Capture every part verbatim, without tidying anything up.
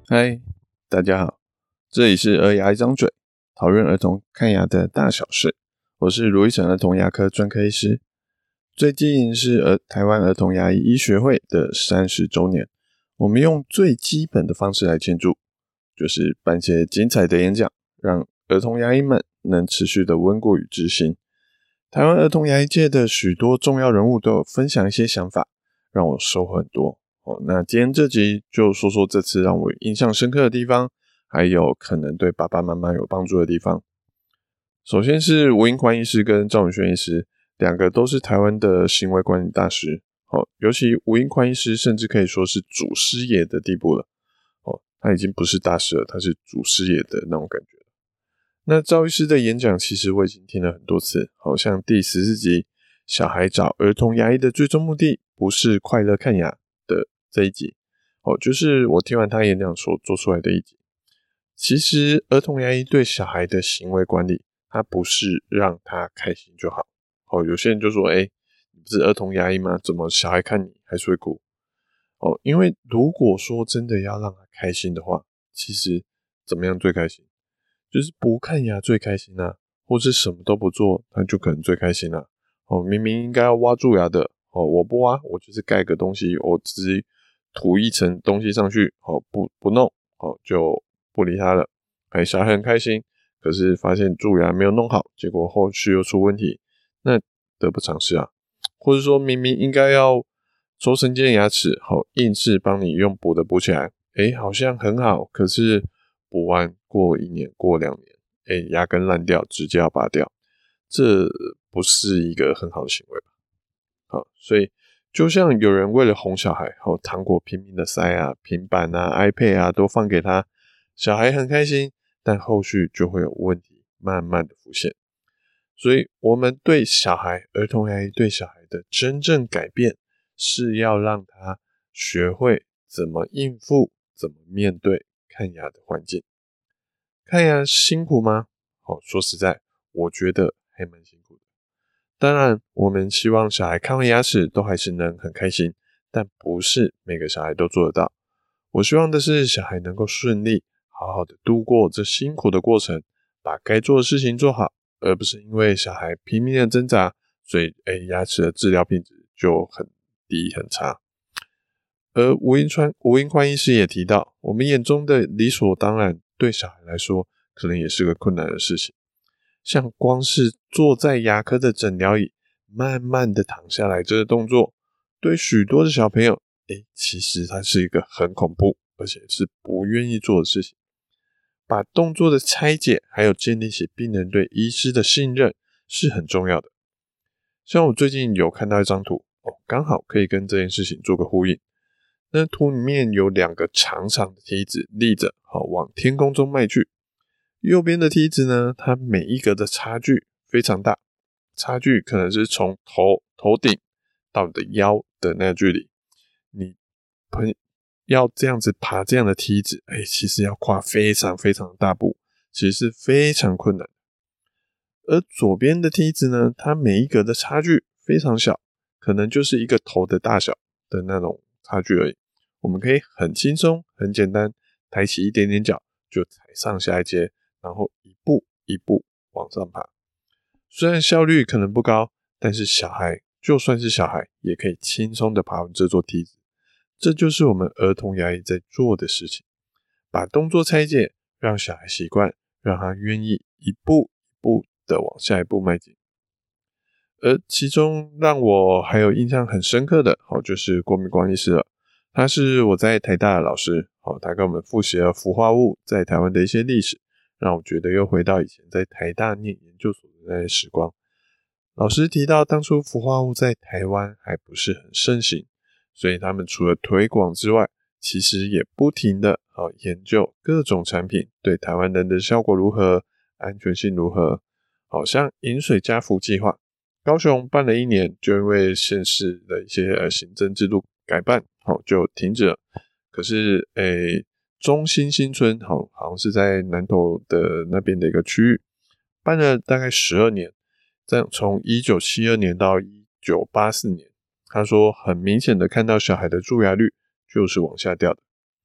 嗨，大家好，这里是儿牙一张嘴，讨论儿童看牙的大小事。我是卢一成儿童牙科专科医师。最近是儿台湾儿童牙医医学会的三十周年，我们用最基本的方式来庆祝，就是办些精彩的演讲，让儿童牙医们能持续的温故与知新。台湾儿童牙医界的许多重要人物都有分享一些想法，让我收获很多。哦，那今天这集就说说这次让我印象深刻的地方，还有可能对爸爸妈妈有帮助的地方。首先是吴英宽医师跟赵文轩医师，两个都是台湾的行为管理大师。哦，尤其吴英宽医师甚至可以说是祖师爷的地步了。哦，他已经不是大师了，他是祖师爷的那种感觉。那赵医师的演讲其实我已经听了很多次，好像第十四集小孩找儿童牙医的最终目的不是快乐看牙的这一集，哦，就是我听完他演讲所做出来的一集。其实儿童牙医对小孩的行为管理，他不是让他开心就好。哦，有些人就说，诶，你不是儿童牙医吗？怎么小孩看你还是会哭？哦，因为如果说真的要让他开心的话，其实怎么样最开心？就是不看牙最开心啊，或是什么都不做，他就可能最开心啊。哦，明明应该要挖蛀牙的，哦，我不挖，我就是盖个东西，我直接涂一层东西上去，哦，不不弄，哦，就不理他了。哎，小孩很开心，可是发现蛀牙没有弄好，结果后续又出问题，那得不偿失啊。或者说明明应该要抽神经的牙齿，好，硬是帮你用补的补起来，诶，好像很好，可是补完过一年过两年，诶，牙根烂掉，直接要拔掉，这不是一个很好的行为吧？好，所以就像有人为了哄小孩，好，糖果拼命的塞啊，平板啊 iPad 啊都放给他，小孩很开心，但后续就会有问题慢慢的浮现。所以我们对小孩，儿童牙医对小孩的真正改变，是要让他学会怎么应付，怎么面对看牙的环境。看牙辛苦吗？哦，说实在，我觉得还蛮辛苦的。当然，我们希望小孩看完牙齿都还是能很开心，但不是每个小孩都做得到。我希望的是小孩能够顺利，好好的度过这辛苦的过程，把该做的事情做好，而不是因为小孩拼命的挣扎，所以诶牙齿的治疗品质就很低很差。而吴英川吴英宽医师也提到，我们眼中的理所当然，对小孩来说可能也是个困难的事情。像光是坐在牙科的诊疗椅，慢慢的躺下来这个动作，对许多的小朋友，诶，其实它是一个很恐怖，而且是不愿意做的事情。把动作的拆解，还有建立起病人对医师的信任，是很重要的。像我最近有看到一张图，哦，刚好可以跟这件事情做个呼应。那图里面有两个长长的梯子立着，好，往天空中迈去。右边的梯子呢，它每一格的差距非常大，差距可能是从头头顶到你的腰的那个距离。你要这样子爬这样的梯子，哎，其实要跨非常非常的大步，其实是非常困难。而左边的梯子呢，它每一格的差距非常小，可能就是一个头的大小的那种差距而已。我们可以很轻松、很简单，抬起一点点脚就踩上下一阶，然后一步一步往上爬。虽然效率可能不高，但是小孩就算是小孩，也可以轻松的爬完这座梯子。这就是我们儿童牙医在做的事情，把动作拆解，让小孩习惯，让他愿意一步一步的往下一步迈进。而其中让我还有印象很深刻的，哦，就是郭明光医师了。他是我在台大的老师，哦，他跟我们复习了氟化物在台湾的一些历史，让我觉得又回到以前在台大念研究所的那些时光。老师提到，当初氟化物在台湾还不是很盛行，所以他们除了推广之外，其实也不停的好研究各种产品对台湾人的效果如何，安全性如何。好像饮水加氟计划，高雄办了一年，就因为县市的一些呃行政制度改办，好就停止了。可是诶，中兴新村好好像是在南投的那边的一个区域，办了大概十二年。这样从一九七二年到一九八四年，他说很明显的看到小孩的蛀牙率就是往下掉的。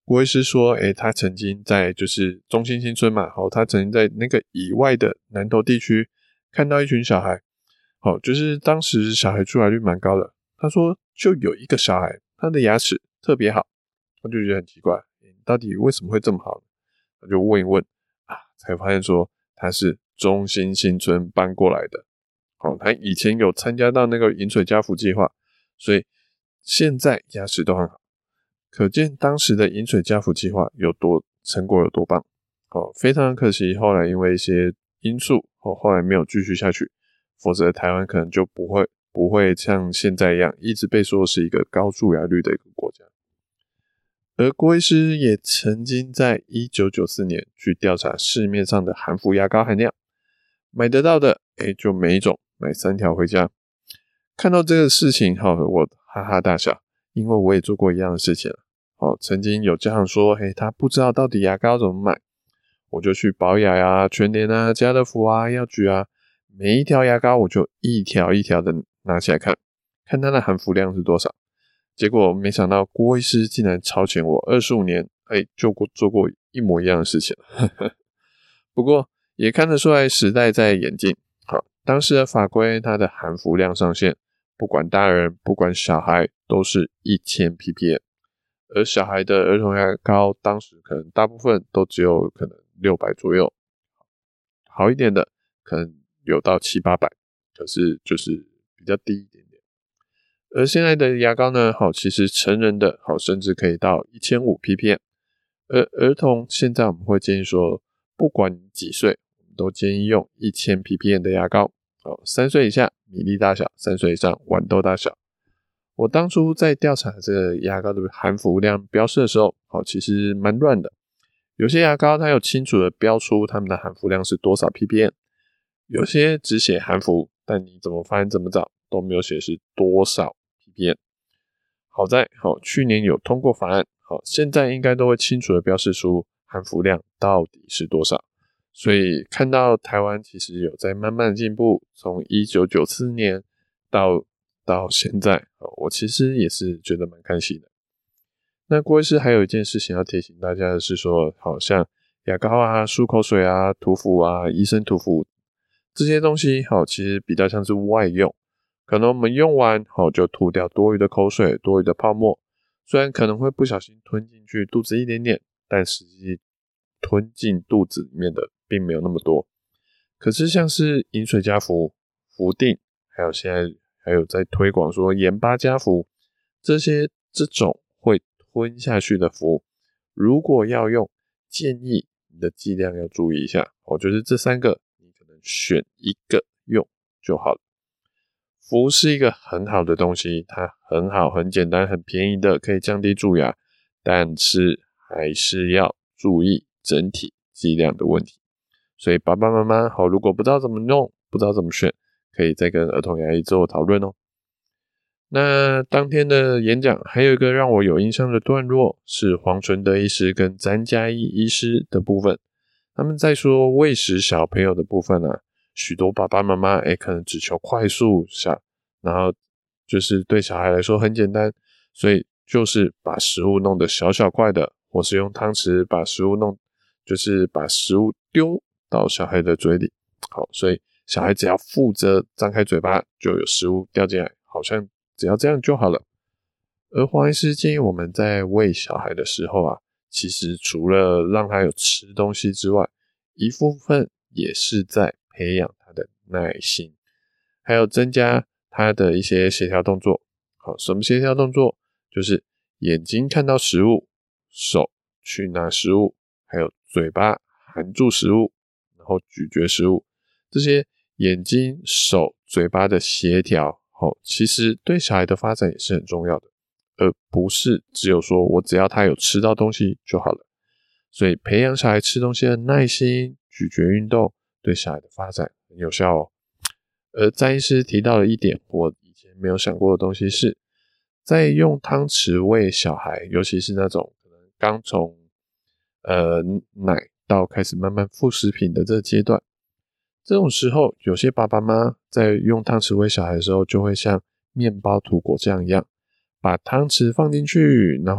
郭医师说，诶，他曾经在就是中心新村嘛，好，他曾经在那个以外的南投地区看到一群小孩，好，就是当时小孩出来率蛮高的。他说就有一个小孩，他的牙齿特别好，他就觉得很奇怪，到底为什么会这么好呢？他就问一问啊，才发现说他是中心新村搬过来的。好，他以前有参加到那个饮水家福计划，所以现在牙齿都很好。可见当时的饮水家福计划有多成果有多棒。哦，非常可惜，后来因为一些因素，哦，后来没有继续下去，否则台湾可能就不会不会像现在一样，一直被说是一个高蛀牙率的一个国家。而郭医师也曾经在一九九四年去调查市面上的含氟牙膏含量，买得到的，诶，就每一种买三条回家。看到这个事情，我哈哈大笑，因为我也做过一样的事情了。哦，曾经有家长说，嘿，他不知道到底牙膏怎么买，我就去宝雅啊、全联啊、家乐福啊、药局啊，每一条牙膏我就一条一条的拿起来看，看它的含氟量是多少。结果没想到郭医师竟然超前我二十五年，哎，就过做过一模一样的事情。不过也看得出来时代在演进。好，当时的法规它的含氟量上限，不管大人不管小孩都是一千 P P M， 而小孩的儿童牙膏当时可能大部分都只有可能六百左右，好一点的可能有到七八百，可是就是比较低一点点。而现在的牙膏呢，好，其实成人的好甚至可以到 一千五 P P M， 而儿童现在我们会建议说，不管你几岁，我们都建议用 一千 P P M 的牙膏。好，三岁以下米粒大小，三岁以上豌豆大小。我当初在调查这个牙膏的含氟量标示的时候，好，其实蛮乱的。有些牙膏它有清楚的标出它们的含氟量是多少 P P M， 有些只写含氟，但你怎么翻怎么找都没有写是多少 P P M。 好在好去年有通过法案，好现在应该都会清楚的标示出含氟量到底是多少。所以看到台湾其实有在慢慢进步，从一九九四年到到现在，我其实也是觉得蛮开心的。那郭医师还有一件事情要提醒大家的是说，好像牙膏啊、漱口水啊、涂氟啊、医生涂氟这些东西，好，其实比较像是外用，可能我们用完好就吐掉多余的口水、多余的泡沫，虽然可能会不小心吞进去肚子一点点，但实际吞进肚子里面的并没有那么多。可是像是饮水加氟、氟定，还有现在还有在推广说盐巴加氟，这些这种会吞下去的氟，如果要用，建议你的剂量要注意一下。我觉得这三个你可能选一个用就好了。氟是一个很好的东西，它很好、很简单、很便宜的，可以降低蛀牙，但是还是要注意整体剂量的问题。所以爸爸妈妈好，如果不知道怎么弄，不知道怎么选，可以再跟儿童牙医做讨论哦。那当天的演讲还有一个让我有印象的段落，是黄纯德医师跟詹嘉义医师的部分。他们在说喂食小朋友的部分啊，许多爸爸妈妈诶可能只求快速小，然后就是对小孩来说很简单，所以就是把食物弄得小小块的，或是用汤匙把食物弄，就是把食物丢到小孩的嘴里。好，所以小孩只要负责张开嘴巴就有食物掉进来，好像只要这样就好了。而黄医师建议我们在喂小孩的时候啊，其实除了让他有吃东西之外，一部分也是在培养他的耐心，还有增加他的一些协调动作。好，什么协调动作？就是眼睛看到食物，手去拿食物，还有嘴巴含住食物，然后咀嚼食物。这些眼睛、手、嘴巴的协调，哦，其实对小孩的发展也是很重要的，而不是只有说我只要他有吃到东西就好了。所以培养小孩吃东西的耐心、咀嚼运动，对小孩的发展很有效哦。而詹医师提到了一点，我以前没有想过的东西是，在用汤匙喂小孩，尤其是那种可能刚从呃奶到开始慢慢副食品的这个阶段，这种时候有些爸爸妈妈在用汤匙喂小孩的时候，就会像面包涂果酱一样，把汤匙放进去，然后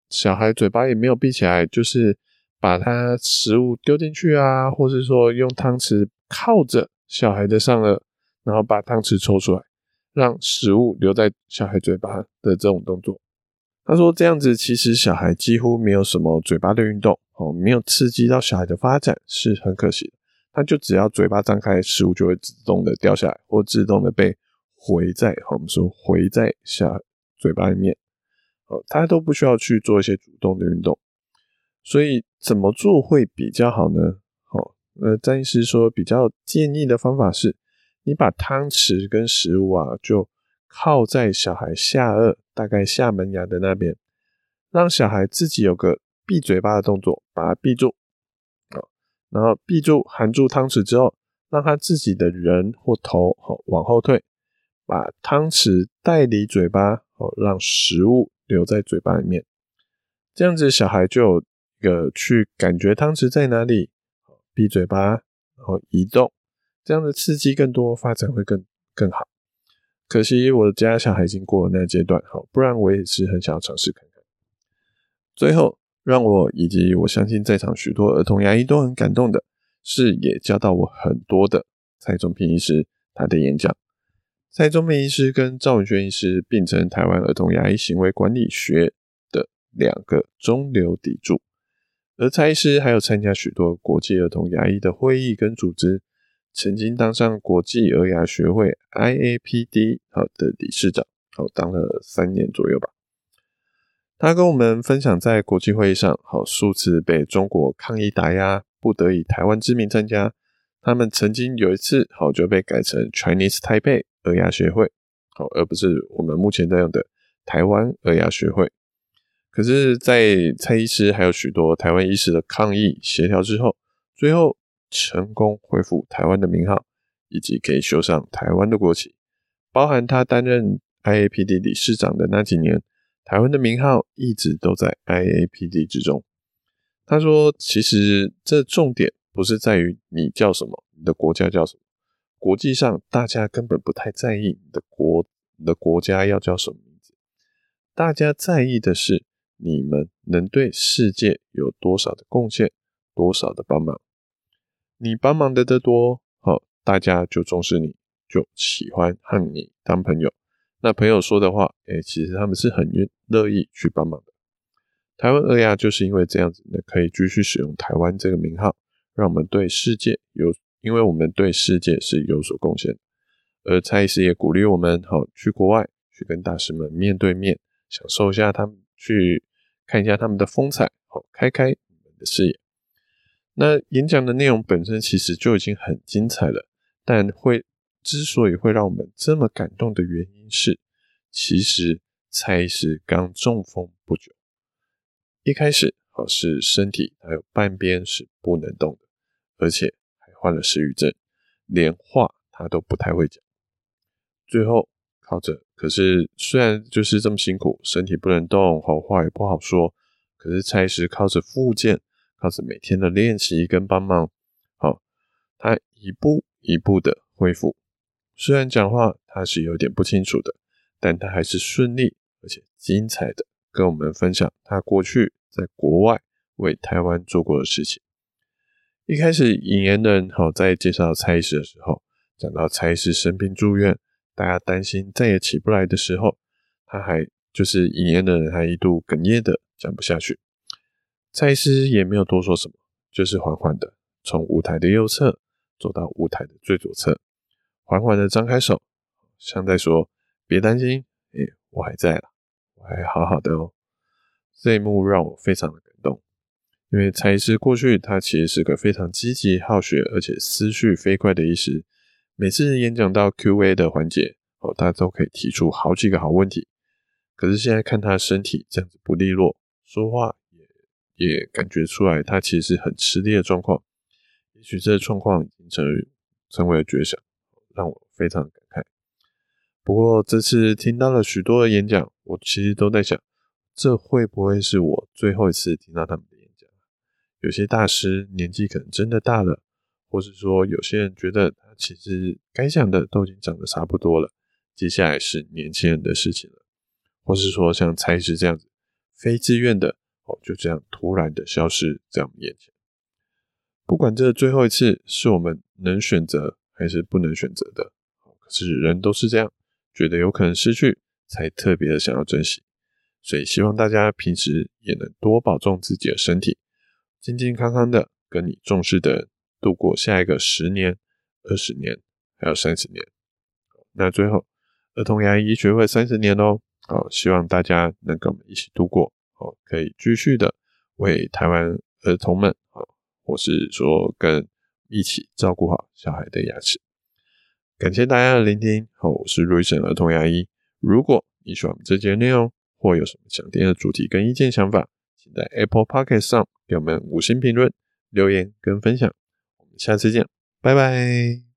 小孩嘴巴也没有闭起来，就是把他食物丢进去啊，或是说用汤匙靠着小孩的上颚，然后把汤匙抽出来，让食物留在小孩嘴巴的这种动作。他说这样子其实小孩几乎没有什么嘴巴的运动，哦，没有刺激到小孩的发展，是很可惜的。他就只要嘴巴张开，食物就会自动的掉下来，或自动的被回在，我们说回在小嘴巴里面，哦，他都不需要去做一些主动的运动。所以怎么做会比较好呢？哦，呃，詹医师说比较建议的方法是，你把汤匙跟食物啊，就靠在小孩下颚，大概下门牙的那边，让小孩自己有个闭嘴巴的动作，把它闭住，哦，然后闭住含住汤匙之后，让他自己的人或头，哦，往后退，把汤匙带离嘴巴，哦，让食物留在嘴巴里面。这样子小孩就有一个去感觉汤匙在哪里，闭嘴巴，然后移动，这样的刺激更多，发展会更更好。可惜我的家小孩已经过了那个阶段，不然我也是很想要尝试看看。最后让我以及我相信在场许多儿童牙医都很感动的是，也教到我很多的蔡宗平医师他的演讲。蔡宗平医师跟赵文轩医师并称台湾儿童牙医行为管理学的两个中流砥柱，而蔡医师还有参加许多国际儿童牙医的会议跟组织，曾经当上国际儿牙学会 I A P D 的理事长，当了三年左右吧。他跟我们分享在国际会议上数次被中国抗议打压，不得以台湾之名参加。他们曾经有一次就被改成 Chinese Taipei 儿牙学会，而不是我们目前在用的台湾儿牙学会。可是在蔡医师还有许多台湾医师的抗议协调之后，最后成功恢复台湾的名号，以及可以绣上台湾的国旗。包含他担任 I A P D 理事长的那几年，台湾的名号一直都在 I A P D 之中。他说其实这重点不是在于你叫什么，你的国家叫什么，国际上大家根本不太在意你的国你的国家要叫什么名字，大家在意的是你们能对世界有多少的贡献，多少的帮忙。你帮忙的得多，大家就重视你，就喜欢和你当朋友。那朋友说的话，欸、其实他们是很乐意去帮忙的。台湾儿牙就是因为这样子呢，可以继续使用台湾这个名号，让我们对世界有，因为我们对世界是有所贡献的。而蔡医师也鼓励我们，好去国外去跟大师们面对面，享受一下他们，去看一下他们的风采，好开开你们的视野。那演讲的内容本身其实就已经很精彩了，但会之所以会让我们这么感动的原因是，其实蔡医师刚中风不久，一开始是身体还有半边是不能动的，而且还患了失语症，连话他都不太会讲。最后靠着，可是虽然就是这么辛苦，身体不能动，话也不好说，可是蔡医师靠着复健，靠着每天的练习跟帮忙，好，他一步一步的恢复。虽然讲话他是有点不清楚的，但他还是顺利而且精彩的跟我们分享他过去在国外为台湾做过的事情。一开始引言人在介绍蔡医师的时候，讲到蔡医师生病住院，大家担心再也起不来的时候，他还就是引言的人还一度哽咽的讲不下去。蔡医师也没有多说什么，就是缓缓的从舞台的右侧走到舞台的最左侧，缓缓的张开手，像在说别担心，欸，我还在啦，我还好好的哦。这一幕让我非常的感动，因为蔡医师过去他其实是个非常积极好学而且思绪飞快的医师，每次演讲到 Q A 的环节，哦，他都可以提出好几个好问题。可是现在看他身体这样子不利落，说话也也感觉出来他其实是很吃力的状况。也许这个状况已经成为成为了绝响，让我非常感慨。不过这次听到了许多的演讲，我其实都在想，这会不会是我最后一次听到他们的演讲？有些大师年纪可能真的大了，或是说有些人觉得他其实该讲的都已经讲的差不多了，接下来是年轻人的事情了。或是说像蔡医师这样子非自愿的哦，就这样突然的消失在我们眼前。不管这最后一次是我们能选择还是不能选择的，可是人都是这样，觉得有可能失去，才特别的想要珍惜。所以希望大家平时也能多保重自己的身体，健健康康的跟你重视的人度过下一个十年、二十年，还有三十年。那最后，儿童牙医医学会三十年咯，好，希望大家能跟我们一起度过，好，可以继续的为台湾儿童们，好，或是说跟一起照顾好小孩的牙齿。感谢大家的聆听，好，我是瑞神儿童牙医。如果你喜欢我们这节内容，或有什么想听的主题跟意见想法，请在 Apple Podcast 上给我们五星评论、留言跟分享。我们下次见，拜拜。